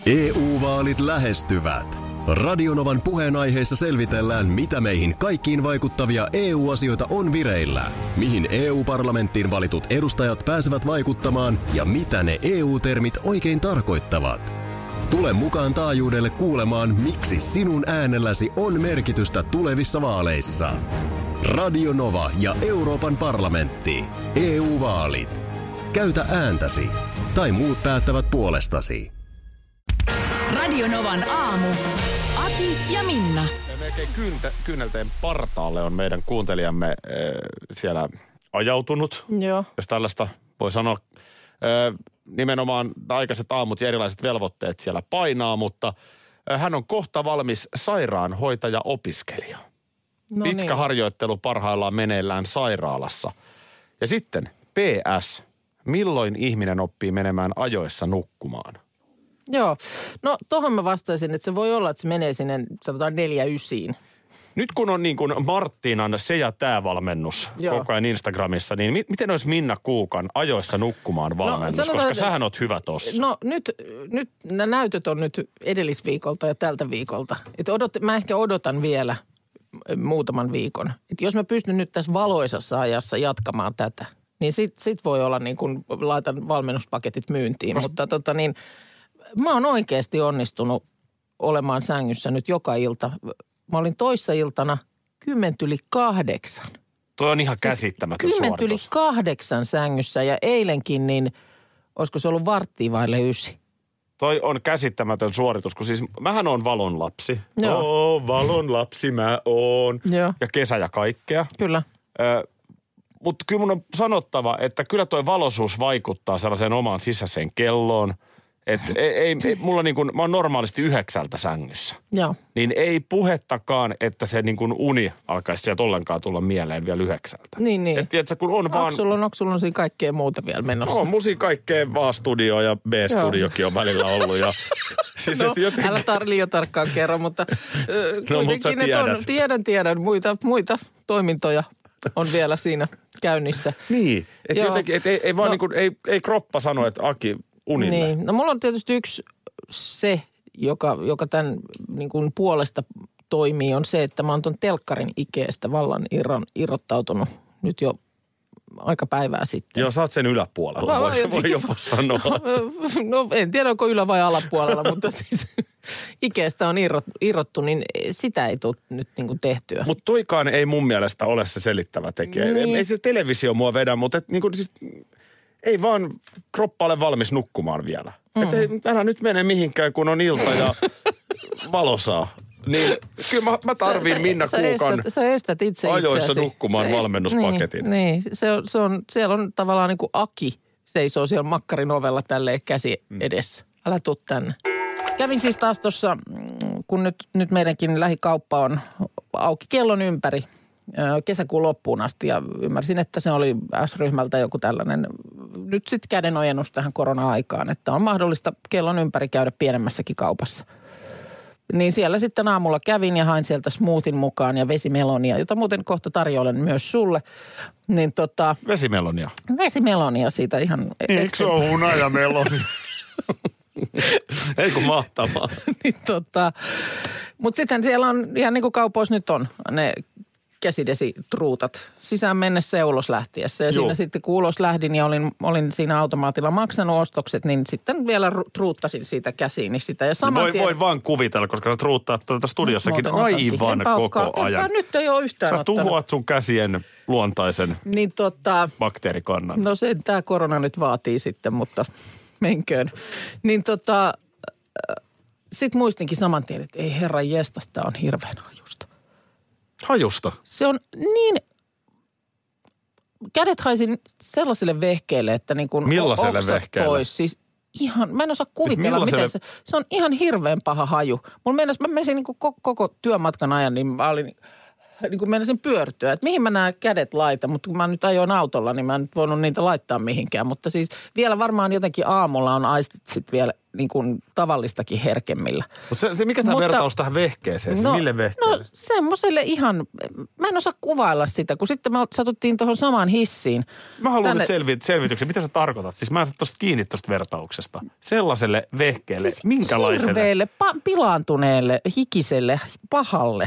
EU-vaalit lähestyvät. Radionovan puheenaiheessa selvitellään, mitä meihin kaikkiin vaikuttavia EU-asioita on vireillä, mihin EU-parlamenttiin valitut edustajat pääsevät vaikuttamaan ja mitä ne EU-termit oikein tarkoittavat. Tule mukaan taajuudelle kuulemaan, miksi sinun äänelläsi on merkitystä tulevissa vaaleissa. Radio Nova ja Euroopan parlamentti. EU-vaalit. Käytä ääntäsi. Tai muut päättävät puolestasi. Radio Novan aamu. Ati ja Minna. Melkein kyynelteen partaalle on meidän kuuntelijamme siellä ajautunut. Joo. Jos tällaista voi sanoa. Nimenomaan aikaiset aamut ja erilaiset velvoitteet siellä painaa, mutta hän on kohta valmis sairaanhoitaja-opiskelija. No Pitkä niin. harjoittelu parhaillaan meneillään sairaalassa. Ja sitten PS. Milloin ihminen oppii menemään ajoissa nukkumaan? Joo. No tohon mä vastaisin, että se voi olla, että se menee sinne sanotaan 4-9. Nyt kun on niin kuin Marttiinan se ja tää valmennus koko ajan Instagramissa, niin miten olisi Minna Kuukan ajoissa nukkumaan valmennus? sanotaan, koska sähän oot hyvä tossa. No nyt nämä näytöt on nyt edellisviikolta ja tältä viikolta. Mä ehkä odotan vielä muutaman viikon. Että jos mä pystyn nyt tässä valoisassa ajassa jatkamaan tätä, niin sit voi olla niin kuin laitan valmennuspaketit myyntiin. Mutta mä oon oikeasti onnistunut olemaan sängyssä nyt joka ilta. Mä olin toissa iltana 7:50. Toi on ihan käsittämätön suoritus. 7:50 sängyssä ja eilenkin niin, olisiko se ollut 8:45? Toi on käsittämätön suoritus, kun siis mähän on valon lapsi. Joo. Valon lapsi mä oon. Joo. Ja kesä ja kaikkea. Kyllä. Mutta kyllä mun on sanottava, että kyllä toi valoisuus vaikuttaa sellaiseen omaan sisäiseen kelloon. Että ei, mulla niin kuin, mä oon normaalisti 9 sängyssä. Joo. Niin ei puhettakaan, että se niin kuin uni alkaisi sieltä ollenkaan tulla mieleen vielä 9. Niin. Että tiedätkö, kun on vaan... Onko sulla siinä kaikkea muuta vielä menossa? On mulla siinä kaikkea A-studio ja B-studiokin on välillä ollut. Ja, siis no, jotenkin... älä liian tarkkaan kerro, mutta mutta sä tiedät. Tiedän. Muita toimintoja on vielä siinä käynnissä. Niin, että jotenkin, et ei vaan niin kuin, ei kroppa sano, että Aki unille. Niin, no mulla on tietysti yksi se, joka tämän niin kuin puolesta toimii, on se, että mä oon ton telkkarin ikeestä vallan irrottautunut nyt jo aika päivää sitten. Joo, sä oot sen yläpuolella, voi jopa sanoa. No en tiedä, onko ylä- vai alapuolella, mutta siis ikeestä on irrottu, niin sitä ei tule nyt niin kuin tehtyä. Mutta toikaan ei mun mielestä ole se selittävä tekijä. Niin. Ei se televisio mua vedä, mutta et, niin kuin, siis, ei vaan kroppa ole valmis nukkumaan vielä. Että älä nyt mene mihinkään, kun on ilta ja valosaa. Niin kyllä mä tarviin Minna Kuukan sä estät itse ajoissa nukkumaan valmennuspaketin. Niin, siellä on tavallaan niin kuin Aki seisoo siellä makkarin ovella tälleen käsi edessä. Älä tuu tänne. Kävin siis taas tuossa, kun nyt meidänkin lähikauppa on auki kellon ympäri kesäkuun loppuun asti ja ymmärsin, että se oli S-ryhmältä joku tällainen nyt sitten kädenojennus tähän korona-aikaan, että on mahdollista kellon ympäri käydä pienemmässäkin kaupassa. Niin siellä sitten aamulla kävin ja hain sieltä smoothin mukaan ja vesimelonia, jota muuten kohta tarjoilen myös sulle. Niin Vesimelonia? Vesimelonia siitä ihan... Eikö se ole hunajameloni? Eikö mahtavaa? Niin mutta sitten siellä on ihan niin kuin kaupoissa nyt on ne käsidesitruutat sisään mennessä ja ulos lähtiessä. Ja siinä sitten kun ulos lähdin ja olin siinä automaatilla maksanut ostokset, niin sitten vielä truuttasin siitä käsiin. Niin sitä. Ja voi vaan kuvitella, koska sä truuttaat tuolta studiossakin aivan koko ajan. Nyt ei ole yhtään sä tuhoat sun käsien luontaisen bakteerikannan. No tämä korona nyt vaatii sitten, mutta menköön. Niin sit muistinkin saman tien, että ei herran jestas, tää on hirveän hajusta. Hajusta? Se on niin, kädet haisin sellaiselle vehkeelle, että niin kuin millaiselle oksat vehkeelle? Pois. Siis ihan, mä en osaa kuvitella, miten se on ihan hirveän paha haju. Mä menisin niin kuin koko työmatkan ajan, niin mä olin niin kuin meinasin pyörtyä, että mihin mä nämä kädet laitan, mutta kun mä nyt ajoin autolla, niin mä en nyt voinut niitä laittaa mihinkään. Mutta siis vielä varmaan jotenkin aamulla on aistit sitten vielä niin kuin tavallistakin herkemmillä. Se mikä tämä vertaus tähän vehkeeseen? Mille vehkeelle? No semmoiselle ihan, mä en osaa kuvailla sitä, kun sitten me satuttiin tuohon samaan hissiin. Mä haluan nyt selvityksen. Mitä sä tarkoitat? Siis mä en saa tuosta kiinni tuosta vertauksesta. Sellaiselle vehkeelle, siis minkälaiselle? Hirveelle, pilaantuneelle, hikiselle, pahalle,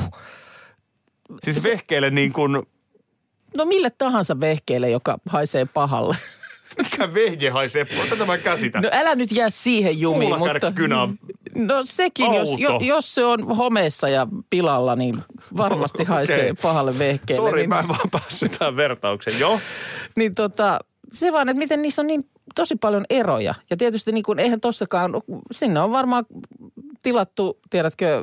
Siis vehkeelle niin kuin... No mille tahansa vehkeelle, joka haisee pahalle. Mikä vehje haisee pahalle? Tätä mä käsitän. No älä nyt jää siihen jumiin, mutta... No sekin, jos se on homeessa ja pilalla, niin varmasti haisee pahalle vehkeelle. Sori, niin... mä en vaan päässyt tähän vertaukseen, joo. Niin se vaan, että miten niissä on niin tosi paljon eroja. Ja tietysti niin kuin eihän tossakaan, sinne on varmaan tilattu, tiedätkö,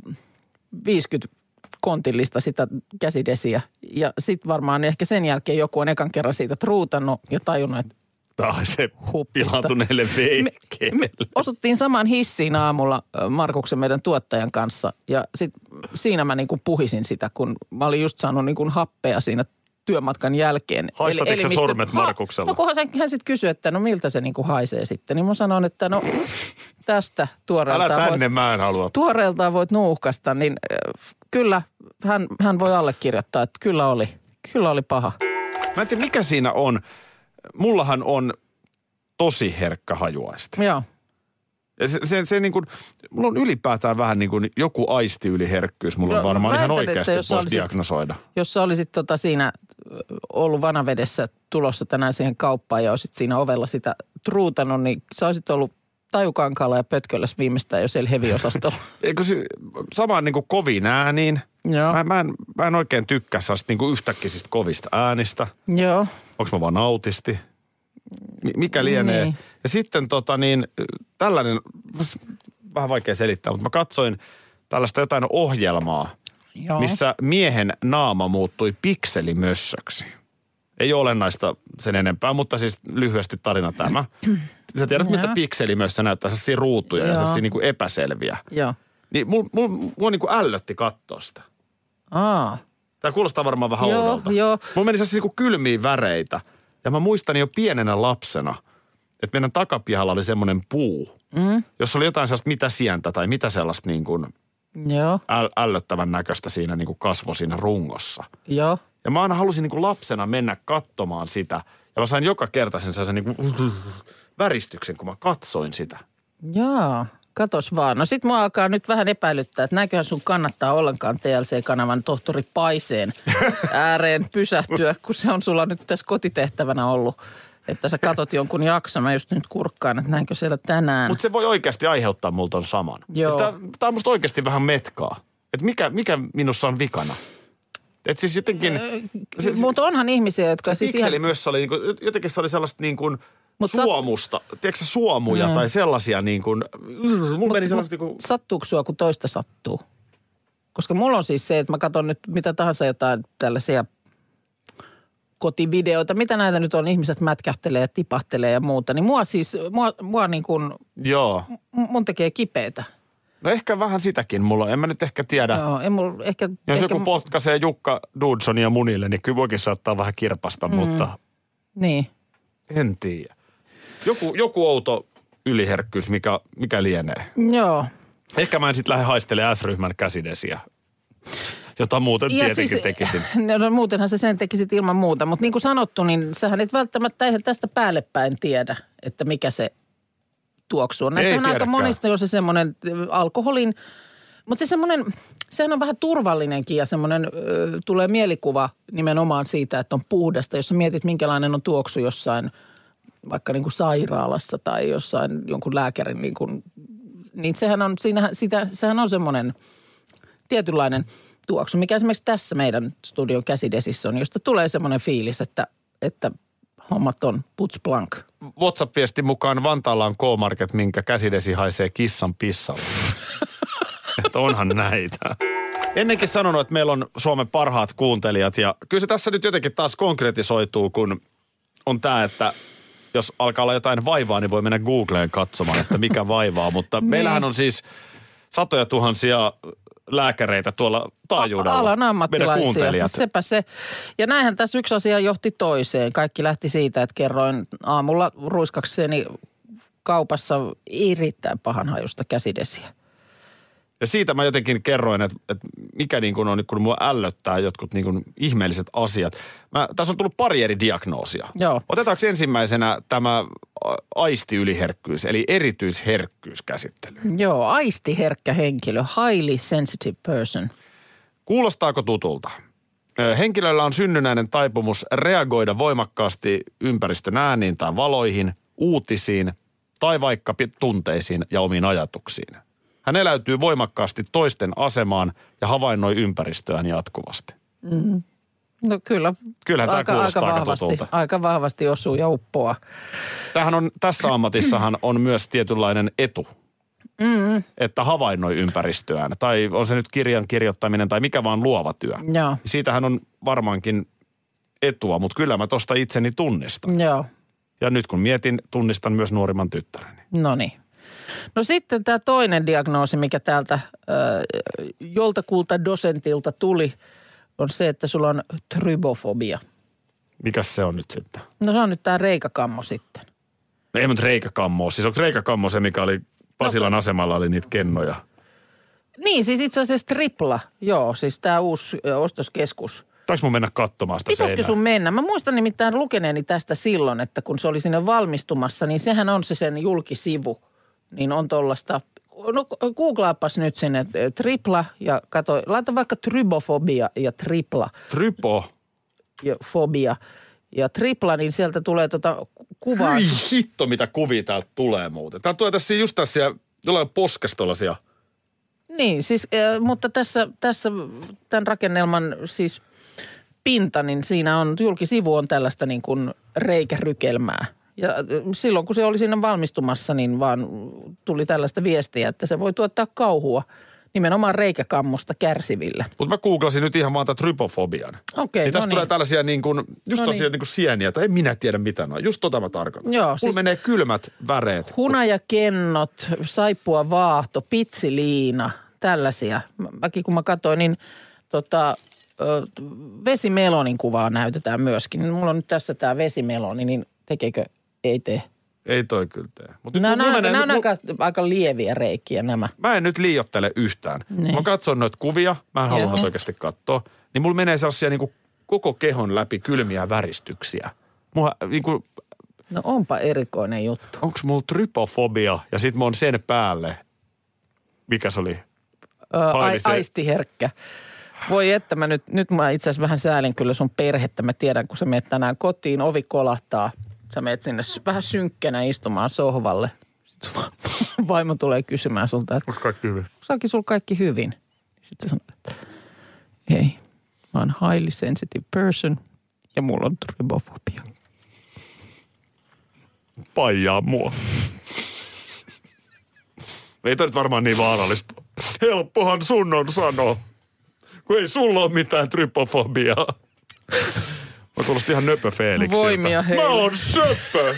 50 kontillista sitä käsidesiä. Ja sitten varmaan ehkä sen jälkeen joku on ekan kerran siitä truutannut ja tajunnut, että se pilaantuneelle vehkeelle. Me osuttiin samaan hissiin aamulla Markuksen meidän tuottajan kanssa. Ja sitten siinä mä niinku puhisin sitä, kun mä olin just saanut niinku happea siinä työmatkan jälkeen. Haistatitko sä sormet Markuksella? No kunhan hän sitten kysyi, että no miltä se niinku haisee sitten. Niin mä sanon, että no tästä tuoreeltaan älä tänne, mä en halua. Tuoreeltaan voit nuuhkasta, niin kyllä hän voi allekirjoittaa, että kyllä oli paha. Mä en tiedä, mikä siinä on. Mullahan on tosi herkkä hajuaisti. Joo. Ja se niin kuin, mulla on ylipäätään vähän niin kuin joku aistiyliherkkyys. Mulla on varmaan ihan oikeasti voisi diagnosoida. Jos sä olisit siinä ollut Vanavedessä tulossa tänään siihen kauppaan ja olisit siinä ovella sitä truutannut, niin sä olisit ollut Tajukankaalla ja Pötköllässä viimeistään jo siellä heavy-osastolla. Eikö samaan niin kuin kovin ääniin? Joo. Mä en oikein tykkää sellaista niin kuin yhtäkkiä kovista äänistä. Joo. Onko mä vaan autisti? Mikä lienee? Niin. Ja sitten tällainen, vähän vaikea selittää, mutta mä katsoin tällaista jotain ohjelmaa, joo, missä miehen naama muuttui pikselimössöksi. Ei ole olennaista sen enempää, mutta siis lyhyesti tarina tämä. Sä tiedät, mitä pikselimössä näyttää, sellaisia ruutuja ja sellaisia niin kuin epäselviä. Joo. Niin mua niin kuin ällötti katsoa sitä. Tämä kuulostaa varmaan vähän oudolta. Joo. Mulla meni sellaisia niin kuin kylmiä väreitä. Ja mä muistan jo pienenä lapsena, että meidän takapihalla oli semmoinen puu, jossa oli jotain sellaista mitä sientä tai mitä sellaista niin kuin ällöttävän näköistä siinä niin kuin kasvo siinä rungossa. Joo. Ja mä aina halusin niin kuin lapsena mennä katsomaan sitä. Ja mä sain joka kerta sen sellaisen niin kuin väristyksen, kun mä katsoin sitä. Jaa, katos vaan. No sit mua alkaa nyt vähän epäilyttää, että näköhän sun kannattaa ollenkaan TLC-kanavan tohtori Paiseen ääreen pysähtyä, kun se on sulla nyt tässä kotitehtävänä ollut. Että sä katot jonkun jakson, mä just nyt kurkkaan, että näinkö siellä tänään. Mutta se voi oikeasti aiheuttaa mulla ton saman. Joo. Tää on musta oikeasti vähän metkaa. Että mikä minussa on vikana? Että siis jotenkin... Mutta onhan ihmisiä, jotka... Se siis pikselimössä oli niinku, jotenkin se oli sellaista niin kuin suomusta. Tiedätkö sä suomuja tai sellaisia niin kuin... Mulla meni sellaista niin kuin... Sattuuko sua, kun toista sattuu? Koska mulla on siis se, että mä katson nyt mitä tahansa jotain tällaisia kotivideoita. Mitä näitä nyt on? Ihmiset mätkähtelee ja tipahtelee ja muuta. Niin mua niin kuin... Joo. Mun tekee kipeätä. No ehkä vähän sitäkin mulla. En mä nyt ehkä tiedä. Joo, en mulla ehkä... Jos joku potkaisee Jukka Dudsonia munille, niin kyllä voikin saattaa vähän kirpasta, mutta... Niin. En tiedä. Joku outo yliherkkyys, mikä lienee. Joo. Ehkä mä en sitten lähde haistelemaan S-ryhmän käsidesiä, jota muuten ja tietenkin siis, tekisin. No muutenhan sä sen tekisit ilman muuta, mutta niin kuin sanottu, niin sähän et välttämättä eihän tästä päälle päin tiedä, että mikä se tuoksu on. Näissähän aika monista, jos se semmoinen alkoholin, mutta se semmoinen, sehän on vähän turvallinenkin ja semmoinen tulee mielikuva nimenomaan siitä, että on puhdasta. Jos sä mietit, minkälainen on tuoksu jossain vaikka niin kuin sairaalassa tai jossain jonkun lääkärin niin sehän on semmoinen tietynlainen tuoksu, mikä esimerkiksi tässä meidän studion käsidesissä on, josta tulee semmoinen fiilis, että hommat on puts blank. WhatsApp-viestin mukaan Vantaalla on K-Market, minkä käsidesi haisee kissan pissalle. Että onhan näitä. Ennenkin sanonut, että meillä on Suomen parhaat kuuntelijat ja kyllä se tässä nyt jotenkin taas konkretisoituu, kun on tämä, että jos alkaa olla jotain vaivaa, niin voi mennä Googleen katsomaan, että mikä vaivaa. Mutta meillähän on siis satoja tuhansia lääkäreitä tuolla taajuudella. Alan ammattilaisia, sepä se. Ja näinhän tässä yksi asia johti toiseen. Kaikki lähti siitä, että kerroin aamulla ruiskakseni kaupassa erittäin pahanhajusta käsidesiä. Ja siitä mä jotenkin kerroin, että mikä niin kuin on, kun mua ällöttää jotkut niin kuin ihmeelliset asiat. Tässä on tullut pari eri diagnoosia. Joo. Otetaanko ensimmäisenä tämä aistiyliherkkyys, eli erityisherkkyyskäsittely? Joo, aistiherkkä henkilö, highly sensitive person. Kuulostaako tutulta? Henkilöllä on synnynnäinen taipumus reagoida voimakkaasti ympäristön ääniin tai valoihin, uutisiin tai vaikka tunteisiin ja omiin ajatuksiin. Hän eläytyy voimakkaasti toisten asemaan ja havainnoi ympäristöään jatkuvasti. Mm. No kyllä. Kyllähän tämä kuulostaa aika tutulta. Aika vahvasti osuu ja uppoaa. Tässä ammatissahan on myös tietynlainen etu, että havainnoi ympäristöään. Tai on se nyt kirjan kirjoittaminen tai mikä vaan luova työ. Joo. Siitähän on varmaankin etua, mutta kyllä mä tosta itseni tunnistan. Joo. Ja nyt kun mietin, tunnistan myös nuorimman tyttäreni. Noniin. No sitten tämä toinen diagnoosi, mikä täältä joltakulta dosentilta tuli, on se, että sulla on trybofobia. Mikäs se on nyt sitten? No se on nyt tämä reikäkammo sitten. No ei mutta reikäkammo. Siis onko reikäkammo se, mikä oli Pasilan asemalla, oli niitä kennoja? Niin, siis itse asiassa tripla. Joo, siis tämä uusi ostoskeskus. Taisi mun mennä katsomaan sitä seinää? Pitäisikö sun mennä? Mä muistan nimittäin lukeneeni tästä silloin, että kun se oli sinne valmistumassa, niin sehän on se sen julkisivu. Niin on tollaista, no googlaapas nyt sinne tripla ja kato, laita vaikka trybofobia ja tripla. Trypo? Ja fobia. Ja tripla, niin sieltä tulee kuvaa. Hyi hitto, mitä kuvia täältä tulee muuten. Tää tulee just tässä jollain poskestolaisia. Niin, siis, mutta tässä tämän rakennelman siis pinta, niin siinä on, julkisivu on tällaista niin kuin reikärykelmää. Ja silloin, kun se oli siinä valmistumassa, niin vaan tuli tällaista viestiä, että se voi tuottaa kauhua nimenomaan reikäkammosta kärsiville. Mutta mä googlasin nyt ihan vaan tätä trypofobian. Okei, niin tässä tulee tällaisia niin kuin, just tosiaan niin kuin sieniä, tai en minä tiedä mitä ne on. Just mä tarkoitan. Joo, mulla siis menee kylmät väreet. Hunajakennot, saippua vaahto, pitsiliina, tällaisia. Mäkin kun mä katsoin, niin vesimelonin kuvaa näytetään myöskin. Mulla on nyt tässä tämä vesimeloni, niin tekeekö? Ei tee. Ei toi kyllä tee. Nämä on aika lieviä reikiä nämä. Mä en nyt liioittele yhtään. Niin. Mä katson noita kuvia, mä en halunnut oikeasti katsoa. Niin mulla menee sellaisia niin kuin koko kehon läpi kylmiä väristyksiä. Niin kuin, no onpa erikoinen juttu. Onko mulla trypofobia ja sit mä oon sen päälle. Mikä se oli? Aistiherkkä. Voi että nyt mä itse asiassa vähän säälin kyllä sun perhettä. Mä tiedän, kun sä menet tänään kotiin, ovi kolahtaa. Sä menet sinne vähän synkkänä istumaan sohvalle. Sitten sun vaimo tulee kysymään sulta, että... Onko kaikki hyvin? Onko sulla kaikki hyvin? Sitten sä sanot, että ei, mä oon highly sensitive person ja mulla on trybofobia. Paijaa mua. Ei toi nyt varmaan niin vaarallista. Helppohan sun on sanoa, kun ei sulla ole mitään trypofobiaa. Mä kuulosti ihan nöpö Feeliksiltä. Voimia heille. Mä oon söpö!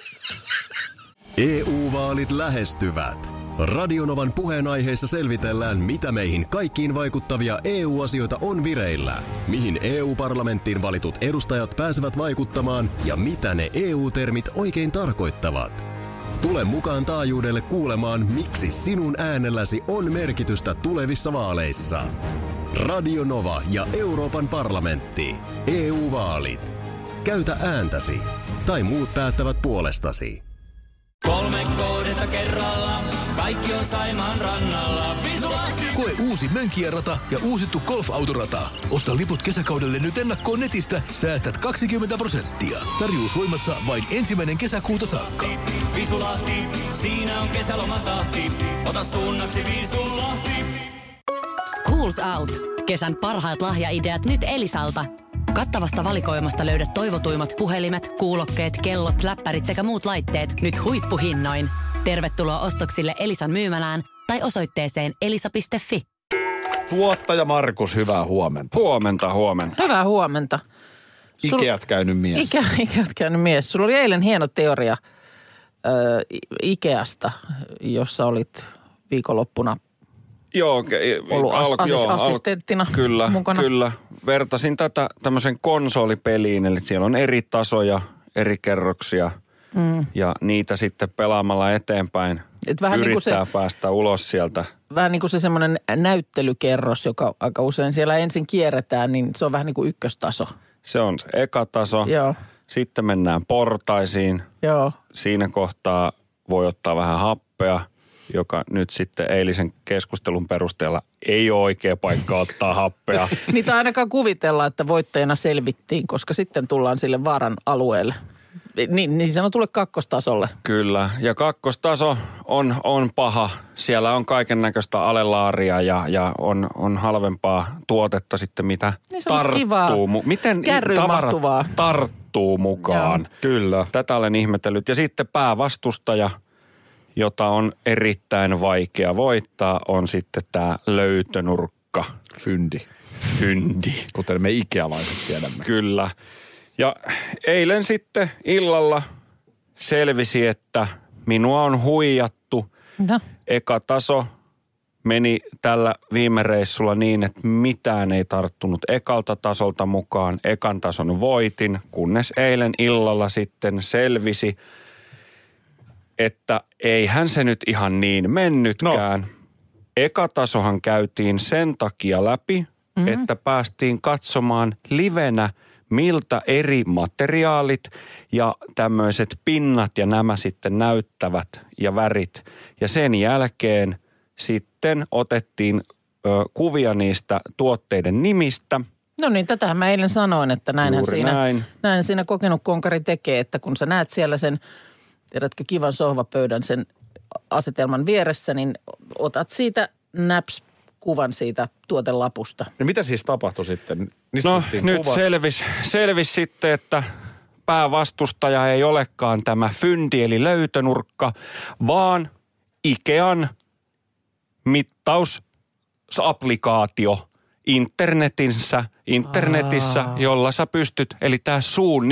EU-vaalit lähestyvät. Radionovan puheenaiheessa selvitellään, mitä meihin kaikkiin vaikuttavia EU-asioita on vireillä, mihin EU-parlamenttiin valitut edustajat pääsevät vaikuttamaan ja mitä ne EU-termit oikein tarkoittavat. Tule mukaan taajuudelle kuulemaan, miksi sinun äänelläsi on merkitystä tulevissa vaaleissa. Radio Nova ja Euroopan parlamentti. EU-vaalit. Käytä ääntäsi. Tai muut päättävät puolestasi. 3 kohdetta kerralla. Kaikki on Saimaan rannalla. Visulahti! Koe uusi Mönkijärata ja uusittu golfautorata. Osta liput kesäkaudelle nyt ennakkoon netistä. Säästät 20%. Tarjous voimassa vain 1. kesäkuuta saakka. Visulahti, siinä on kesälomatahti. Ota suunnaksi Visulahti. Schools Out. Kesän parhaat lahjaideat nyt Elisalta. Kattavasta valikoimasta löydät toivotuimmat puhelimet, kuulokkeet, kellot, läppärit sekä muut laitteet nyt huippuhinnoin. Tervetuloa ostoksille Elisan myymälään tai osoitteeseen elisa.fi. Tuottaja Markus, hyvää huomenta. Huomenta. Hyvää huomenta. Ikeat käynyt mies. Ikeat käynyt mies. Sulla oli eilen hieno teoria Ikeasta, jossa olit viikonloppuna Joo, ollut assistenttina mukana. Kyllä. Vertasin tätä tämmöisen konsolipeliin, eli siellä on eri tasoja, eri kerroksia ja niitä sitten pelaamalla eteenpäin vähän yrittää niin päästä ulos sieltä. Vähän niin kuin se semmoinen näyttelykerros, joka aika usein siellä ensin kierretään, niin se on vähän niin kuin ykköstaso. Se on se eka taso. Joo. Sitten mennään portaisiin. Joo. Siinä kohtaa voi ottaa vähän happea, joka nyt sitten eilisen keskustelun perusteella ei ole oikea paikka ottaa happea. Niitä ainakaan kuvitellaan, että voittajana selvittiin, koska sitten tullaan sille vaaran alueelle. Niin sanotulle kakkostasolle. Kyllä, ja kakkostaso on paha. Siellä on kaiken näköistä alelaaria ja on halvempaa tuotetta sitten, mitä niin tarttuu. Miten tavarat tarttuu mukaan? Joo. Kyllä. Tätä olen ihmetellyt. Ja sitten päävastustaja, jota on erittäin vaikea voittaa, on sitten tämä löytönurkka. Fyndi. Kuten me ikealaiset tiedämme. Kyllä. Ja eilen sitten illalla selvisi, että minua on huijattu. No. Eka taso meni tällä viime reissulla niin, että mitään ei tarttunut ekalta tasolta mukaan. Ekan tason voitin, kunnes eilen illalla sitten selvisi, että eihän se nyt ihan niin mennytkään. No. Eka tasohan käytiin sen takia läpi, että päästiin katsomaan livenä, miltä eri materiaalit ja tämmöiset pinnat ja nämä sitten näyttävät ja värit. Ja sen jälkeen sitten otettiin kuvia niistä tuotteiden nimistä. No niin, tätähän mä eilen sanoin, että näin siinä kokenut konkari tekee, että kun sä näet siellä sen, tiedätkö, kivan sohvapöydän sen asetelman vieressä, niin otat siitä kuvan siitä tuotelapusta. Ja mitä siis tapahtui sitten? No nyt selvisi sitten, että päävastustaja ei olekaan tämä Fyndi eli löytönurkka, vaan Ikean mittausapplikaatio internetissä, jolla sä pystyt, eli tämä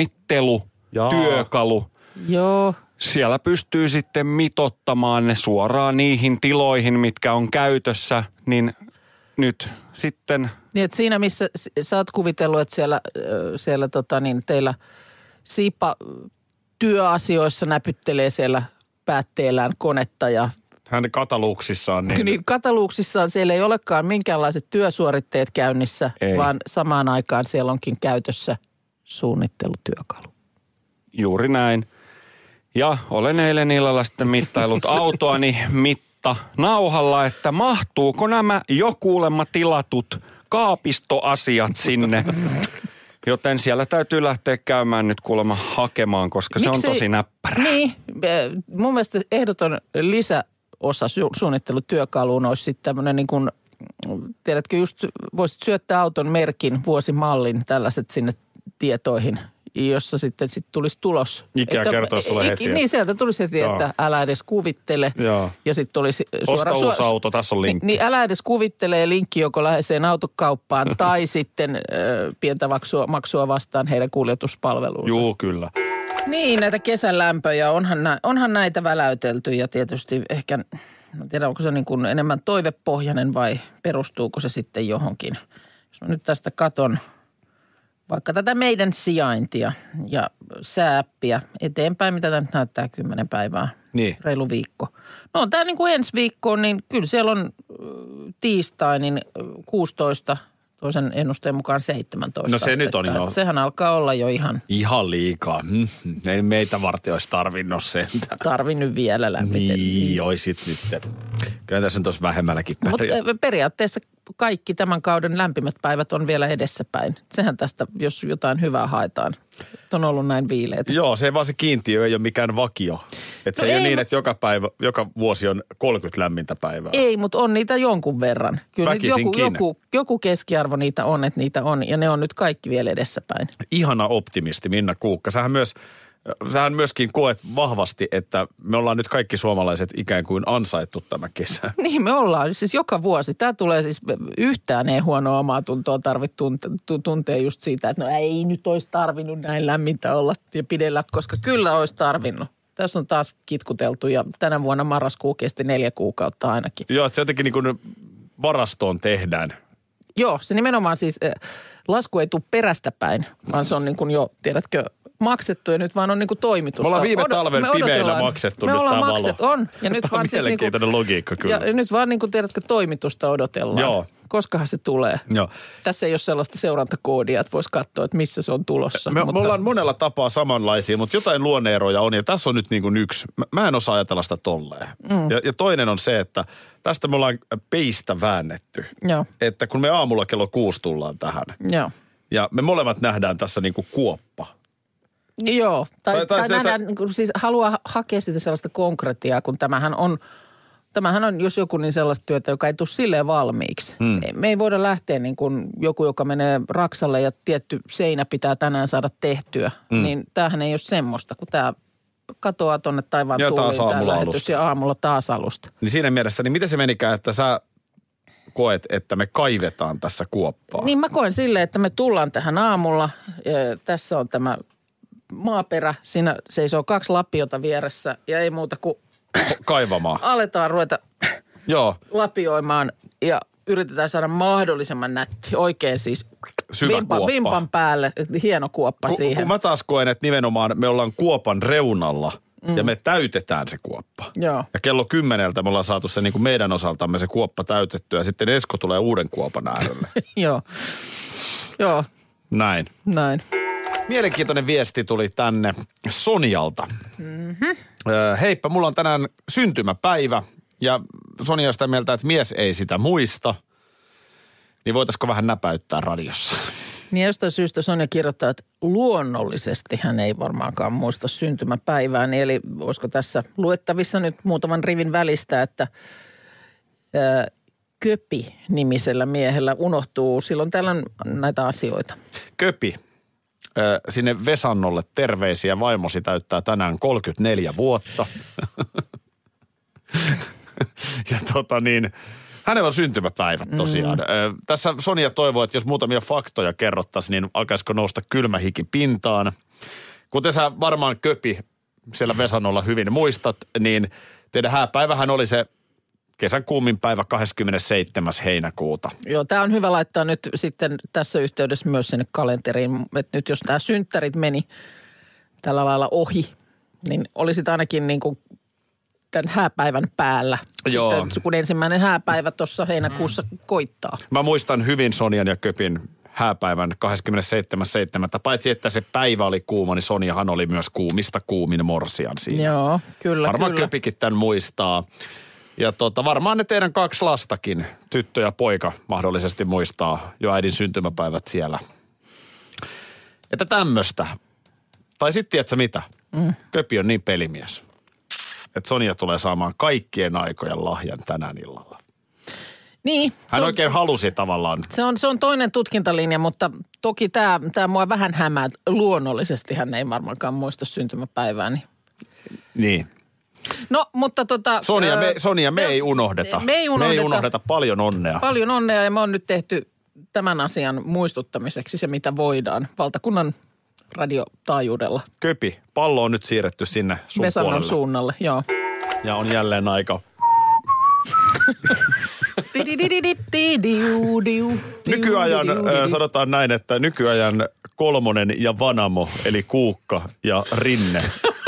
suunnittelutyökalu. Joo. Siellä pystyy sitten mitottamaan ne suoraan niihin tiloihin, mitkä on käytössä, niin nyt sitten... Niin, että siinä missä sä oot kuvitellut, että siellä teillä Siipa työasioissa näpyttelee siellä päätteellään konetta ja... Hänen kataluuksissaan. Niin kataluuksissaan siellä ei olekaan minkäänlaiset työsuoritteet käynnissä, vaan samaan aikaan siellä onkin käytössä suunnittelutyökalu. Juuri näin. Ja olen eilen illalla sitten mittaillut autoani nauhalla, että mahtuuko nämä jo kuulemma tilatut kaapistoasiat sinne. Joten siellä täytyy lähteä käymään nyt kuulemma hakemaan, koska se on tosi näppärä. Niin, mun mielestä ehdoton lisäosa suunnittelutyökaluun olisi sitten tämmöinen niin kuin, tiedätkö, just voisit syöttää auton merkin, vuosimallin, tällaiset sinne tietoihin, jossa sitten tulisi tulos. Ikea kertoo sulle heti. Niin, sieltä tulisi heti, että älä edes kuvittele. Joo. Ja sitten olisi osta uusi auto, tässä on linkki. Niin älä edes kuvittele linkki joko läheiseen autokauppaan tai sitten pientä maksua vastaan heidän kuljetuspalveluunsa. Juu, kyllä. Niin, näitä kesän lämpöjä onhan näitä väläytelty ja tietysti ehkä, en tiedä onko se niin kuin enemmän toivepohjainen vai perustuuko se sitten johonkin. Jos mä nyt tästä katon vaikka tätä meidän sijaintia ja sääppiä eteenpäin, mitä tämä nyt näyttää 10 päivää, niin. Reilu viikko. No tämä niin kuin ensi viikkoon, niin kyllä siellä on tiistai, niin 16, toisen ennusteen mukaan 17 No se astetta. nyt on jo. Sehän alkaa olla jo ihan... Ihan liikaa. Ei meitä varten olisi tarvinnut sentään. Tarvinnut vielä lämpitellä. Niin, oisit nyt. Kyllä tässä nyt olisi vähemmälläkin pärjää. Mutta periaatteessa kaikki tämän kauden lämpimät päivät on vielä edessäpäin. Sehän tästä, jos jotain hyvää haetaan, on ollut näin viileitä. Joo, se kiintiö ei ole mikään vakio. Että se ei ole niin, että joka vuosi on 30 lämmintä päivää. Ei, mutta on niitä jonkun verran. Kyllä joku keskiarvo niitä on, että niitä on, ja ne on nyt kaikki vielä edessäpäin. Ihana optimisti, Minna Kuukka. Sähän myöskin koet vahvasti, että me ollaan nyt kaikki suomalaiset ikään kuin ansaittu tämä kesä. Niin me ollaan, siis joka vuosi. Tämä tulee siis yhtään ei huonoa omaa tuntoa tuntea just siitä, että no ei nyt olisi tarvinnut näin lämmintä olla ja pidellä, koska kyllä olisi tarvinnut. Tässä on taas kitkuteltu ja tänä vuonna marraskuu kesti 4 kuukautta ainakin. Joo, että se jotenkin niin kuin varastoon tehdään. Joo, se nimenomaan siis lasku ei tule perästä päin, vaan se on niin kuin jo, tiedätkö, maksettu ja nyt vaan on niin kuin toimitusta. Me ollaan viime talven pimeillä maksettu nyt tämä valo. On. Ja nyt tämä vaan on siis mielenkiintoinen logiikka kyllä. Ja nyt vaan niin kuin tiedätkö, toimitusta odotellaan. Joo. Koskahan se tulee. Joo. Tässä ei ole sellaista seurantakoodia, että voisi katsoa, että missä se on tulossa. Me ollaan monella tapaa samanlaisia, mutta jotain luonneeroja on ja tässä on nyt niin kuin yksi. Mä en osaa ajatella sitä tolleen. Ja toinen on se, että tästä me ollaan peistä väännetty. Joo. Että kun me aamulla kello 6 tullaan tähän. Joo. Ja me molemmat nähdään tässä niin kuin kuoppa. Joo, tai nähdään, siis haluaa hakea sitä sellaista konkretiaa, kun tämähän on, jos joku, niin sellaista työtä, joka ei tule silleen valmiiksi. Me ei voida lähteä niin kuin joku, joka menee Raksalle ja tietty seinä pitää tänään saada tehtyä. Niin tämähän ei ole semmoista, kun tämä katoaa tuonne taivaan tuuliin tämä lähetys ja aamulla taas alusta. Niin siinä mielessä, niin miten se menikään, että sä koet, että me kaivetaan tässä kuoppaa? Niin mä koen silleen, että me tullaan tähän aamulla. Tässä on tämä maaperä. Siinä seisoo 2 lapiota vieressä ja ei muuta kuin kaivamaan. Aletaan ruveta Joo. lapioimaan ja yritetään saada mahdollisimman nätti. Oikein siis syvä kuoppa. Vimpan päälle. Hieno kuoppa siihen. Kun mä taas koen, että nimenomaan me ollaan kuopan reunalla ja me täytetään se kuoppa. Joo. Ja kello 10 me ollaan saatu se niin kuin meidän osaltamme se kuoppa täytettyä ja sitten Esko tulee uuden kuopan äärelle. Joo. Näin. Mielenkiintoinen viesti tuli tänne Sonjalta. Heippa, mulla on tänään syntymäpäivä ja Sonja on sitä mieltä, että mies ei sitä muista. Niin voitaisiko vähän näpäyttää radiossa? Niin jostain syystä Sonja kirjoittaa, että luonnollisesti hän ei varmaankaan muista syntymäpäivää. Eli olisiko tässä luettavissa nyt muutaman rivin välistä, että Köpi-nimisellä miehellä unohtuu silloin tällöin näitä asioita. Köpi. Sinne Vesannolle terveisiä. Vaimosi täyttää tänään 34 vuotta. Ja hänellä on syntymäpäivät tosiaan. Tässä Sonja toivoo, että jos muutamia faktoja kerrottaisiin, niin alkaisiko nousta kylmä hiki pintaan. Kuten sä varmaan Köpi siellä Vesannolla hyvin muistat, niin teidän hääpäivähän oli se kesän kuumin päivä 27. heinäkuuta. Joo, tämä on hyvä laittaa nyt sitten tässä yhteydessä myös sinne kalenteriin, että nyt jos nämä synttärit meni tällä lailla ohi, niin olisit ainakin niin kuin tämän hääpäivän päällä. Joo. Sitten, kun ensimmäinen hääpäivä tuossa heinäkuussa koittaa. Mä muistan hyvin Sonjan ja Köpin hääpäivän 27.7. Paitsi että se päivä oli kuuma, niin Sonjahan oli myös kuumista kuumin morsian siinä. Joo, kyllä. Varmaan Köpikin tämän muistaa. Ja varmaan ne teidän 2 lastakin, tyttö ja poika, mahdollisesti muistaa jo äidin syntymäpäivät siellä. Että tämmöistä. Tai sitten tiedätkö mitä? Köpi on niin pelimies, että Sonja tulee saamaan kaikkien aikojen lahjan tänään illalla. Niin. Hän oikein halusi tavallaan. Se on toinen tutkintalinja, mutta toki tämä mua vähän hämää. Luonnollisesti hän ei varmaankaan muista syntymäpäivääni. Niin. No, mutta Sonja, me ei unohdeta. Me ei unohdeta. Paljon onnea. Paljon onnea ja me on nyt tehty tämän asian muistuttamiseksi se, mitä voidaan valtakunnan radiotaajuudella. Köpi, pallo on nyt siirretty sinne sun Vesannon puolelle. suunnalle, joo. Ja on jälleen aika. Nykyajan, sanotaan näin, että nykyajan Kolmonen ja Vanamo, eli Kuukka ja Rinne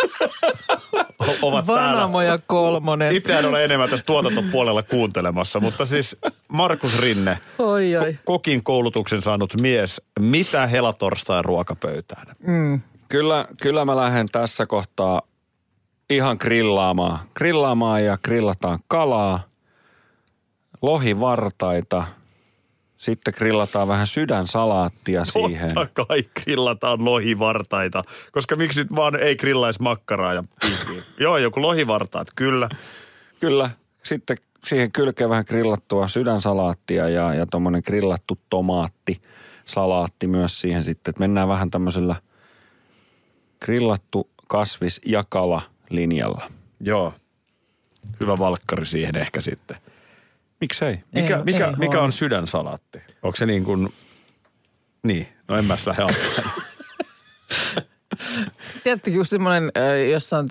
ovat Vanamo ja Kolmonen. Itse en ole enemmän tässä tuotantopuolella kuuntelemassa, mutta siis Markus Rinne, kokin koulutuksen saanut mies, mitä helatorstai ruokapöytään? Kyllä mä lähden tässä kohtaa ihan grillaamaan ja grillataan kalaa, lohivartaita, sitten grillataan vähän sydänsalaattia siihen. Totta kai grillataan lohivartaita, koska miksi nyt vaan ei grillaisi makkaraa ja pihviä. Joo, joku lohivartaat, kyllä. Kyllä, sitten siihen kylkeen vähän grillattua sydänsalaattia ja tommonen grillattu tomaattisalaatti myös siihen sitten. Että mennään vähän tämmöisellä grillattu kasvis- ja kala-linjalla. Joo, hyvä valkkari siihen ehkä sitten. Miksei? Mikä on sydänsalaatti? Onko se niin kuin, niin, no en mä lähde auttamaan. Tiedättekö, kun semmoinen jossain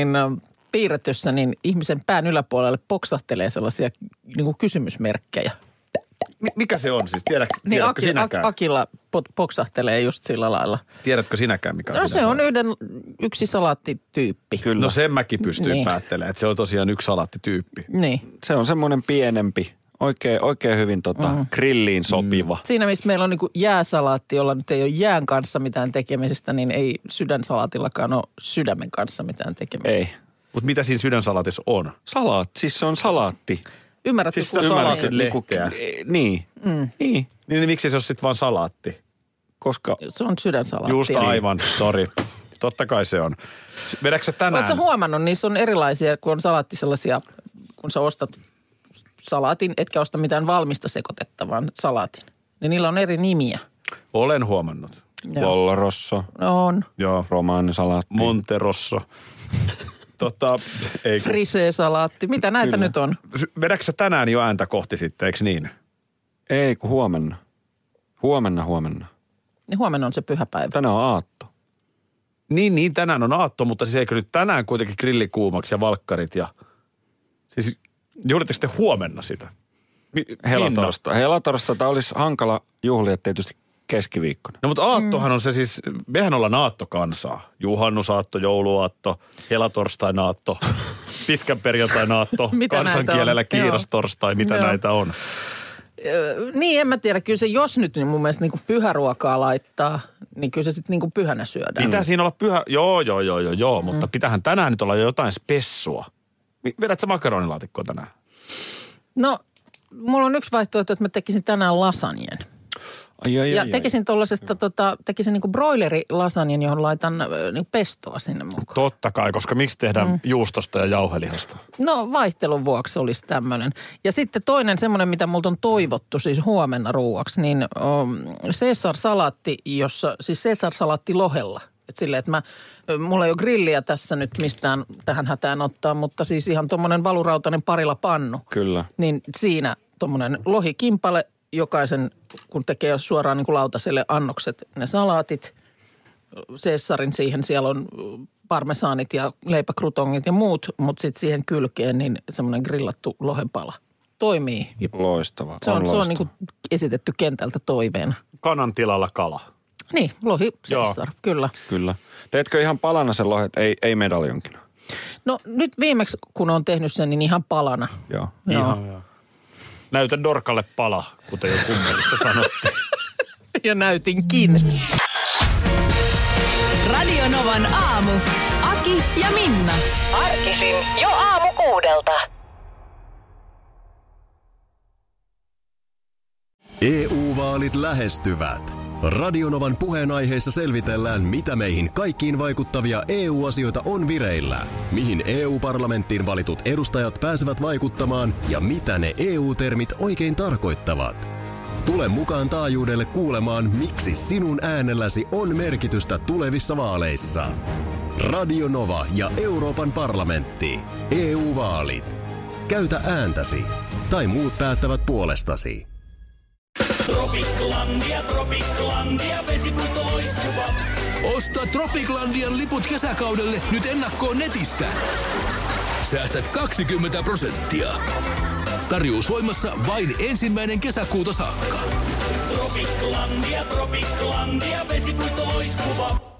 piirretyssä, niin ihmisen pään yläpuolelle poksahtelee sellaisia niin kuin kysymysmerkkejä. Mikä se on siis? Tiedätkö sinäkään? Akilla poksahtelee just sillä lailla. Tiedätkö sinäkään, mikä on No se on yksi salaattityyppi. Kyllä. No sen mäkin pystyin päättelemään, että se on tosiaan yksi salaattityyppi. Niin. Se on semmoinen pienempi, oikein hyvin grilliin sopiva. Siinä missä meillä on niinku jääsalaatti, jolla nyt ei ole jään kanssa mitään tekemisestä, niin ei sydänsalaatillakaan ole sydämen kanssa mitään tekemistä. Ei. Mutta mitä siinä sydänsalaatissa on? Siis se on salaatti. Ymmärrätkö? Siis sitä salaatin lehteä. Niin. Niin miksi se on sitten vaan salaatti? Koska se on sydänsalaatti. Just aivan, sori. Totta kai se on. Vedätkö sä tänään? Oletko sä huomannut, niissä on erilaisia, kun on salaatti sellaisia, kun sä ostat salaatin, etkä osta mitään valmista sekoitettavaa salaatin. Niin niillä on eri nimiä. Olen huomannut. Vollarosso. On. Joo. Romaanisalaatti. Monterosso. Frisee-salaatti. Mitä näitä nyt on? Vedätkö sä tänään jo ääntä kohti sitten, eikö niin? Ei, kun huomenna. Huomenna. Niin huomenna on se pyhäpäivä. Tänään on aatto. Niin, tänään on aatto, mutta siis eikö nyt tänään kuitenkin grillikuumaksi ja valkkarit ja... Siis juhlitteko te huomenna sitä? Helatorstaita olisi hankala juhlia tietysti keskiviikkona. No mutta aattohan on se siis, mehän ollaan aattokansaa. Juhannusaatto, jouluaatto, helatorstai-aatto, pitkän perjantai-aatto, kansankielellä kiirastorstai, mitä näitä on. Niin, en mä tiedä. Kyllä se, jos nyt niin mun mielestä niin kuin pyhäruokaa laittaa, niin kyllä se sitten niin kuin pyhänä syödään. Pitää siinä olla pyhä, joo, mutta pitäähän tänään nyt olla jo jotain spessua. Vedät sä makaronilaatikkoa tänään? No, mulla on yksi vaihtoehto, että mä tekisin tänään lasagnen. Tekisin tuollaisesta, tekisin niinku broilerilasagnen, johon laitan niinku pestoa sinne mukaan. Totta kai, koska miksi tehdään juustosta ja jauhelihasta? No vaihtelun vuoksi olisi tämmöinen. Ja sitten toinen semmoinen, mitä multa on toivottu siis huomenna ruuaksi, niin Caesar-salaatti, siis Caesar-salaatti lohella. Että silleen, että mulla ei ole grilliä tässä nyt mistään tähän hätään ottaa, mutta siis ihan tuommoinen valurautainen parilapannu. Kyllä. Niin siinä tuommoinen lohikimpale, jokaisen, kun tekee suoraan niin kuin lautaselle annokset, ne salaatit, Caesarin siihen, siellä on parmesaanit ja leipäkrutongit ja muut, mutta sitten siihen kylkeen niin semmoinen grillattu lohenpala. Toimii. Loistavaa. Se on niin kuin esitetty kentältä toiveena. Kanan tilalla kala. Niin, lohi Caesar, kyllä. Kyllä. Teetkö ihan palana sen lohet, ei medaljonkina? No nyt viimeksi, kun on tehnyt sen, niin ihan palana. Joo. Ihan. Näytä Dorkalle pala, kuten jo kummelissa sanottiin. Ja näytinkin. Radio Novan aamu. Aki ja Minna. Arkisin jo 6:00. EU-vaalit lähestyvät. Radio Novan puheenaiheessa selvitellään, mitä meihin kaikkiin vaikuttavia EU-asioita on vireillä, mihin EU-parlamenttiin valitut edustajat pääsevät vaikuttamaan ja mitä ne EU-termit oikein tarkoittavat. Tule mukaan taajuudelle kuulemaan, miksi sinun äänelläsi on merkitystä tulevissa vaaleissa. Radio Nova ja Euroopan parlamentti. EU-vaalit. Käytä ääntäsi. Tai muut päättävät puolestasi. Tropiklandia, vesipuisto loistuva. Osta Tropiklandian liput kesäkaudelle nyt ennakkoon netistä. Säästät 20%. Tarjous voimassa vain 1. kesäkuuta saakka. Tropiklandia, vesipuisto loistuva.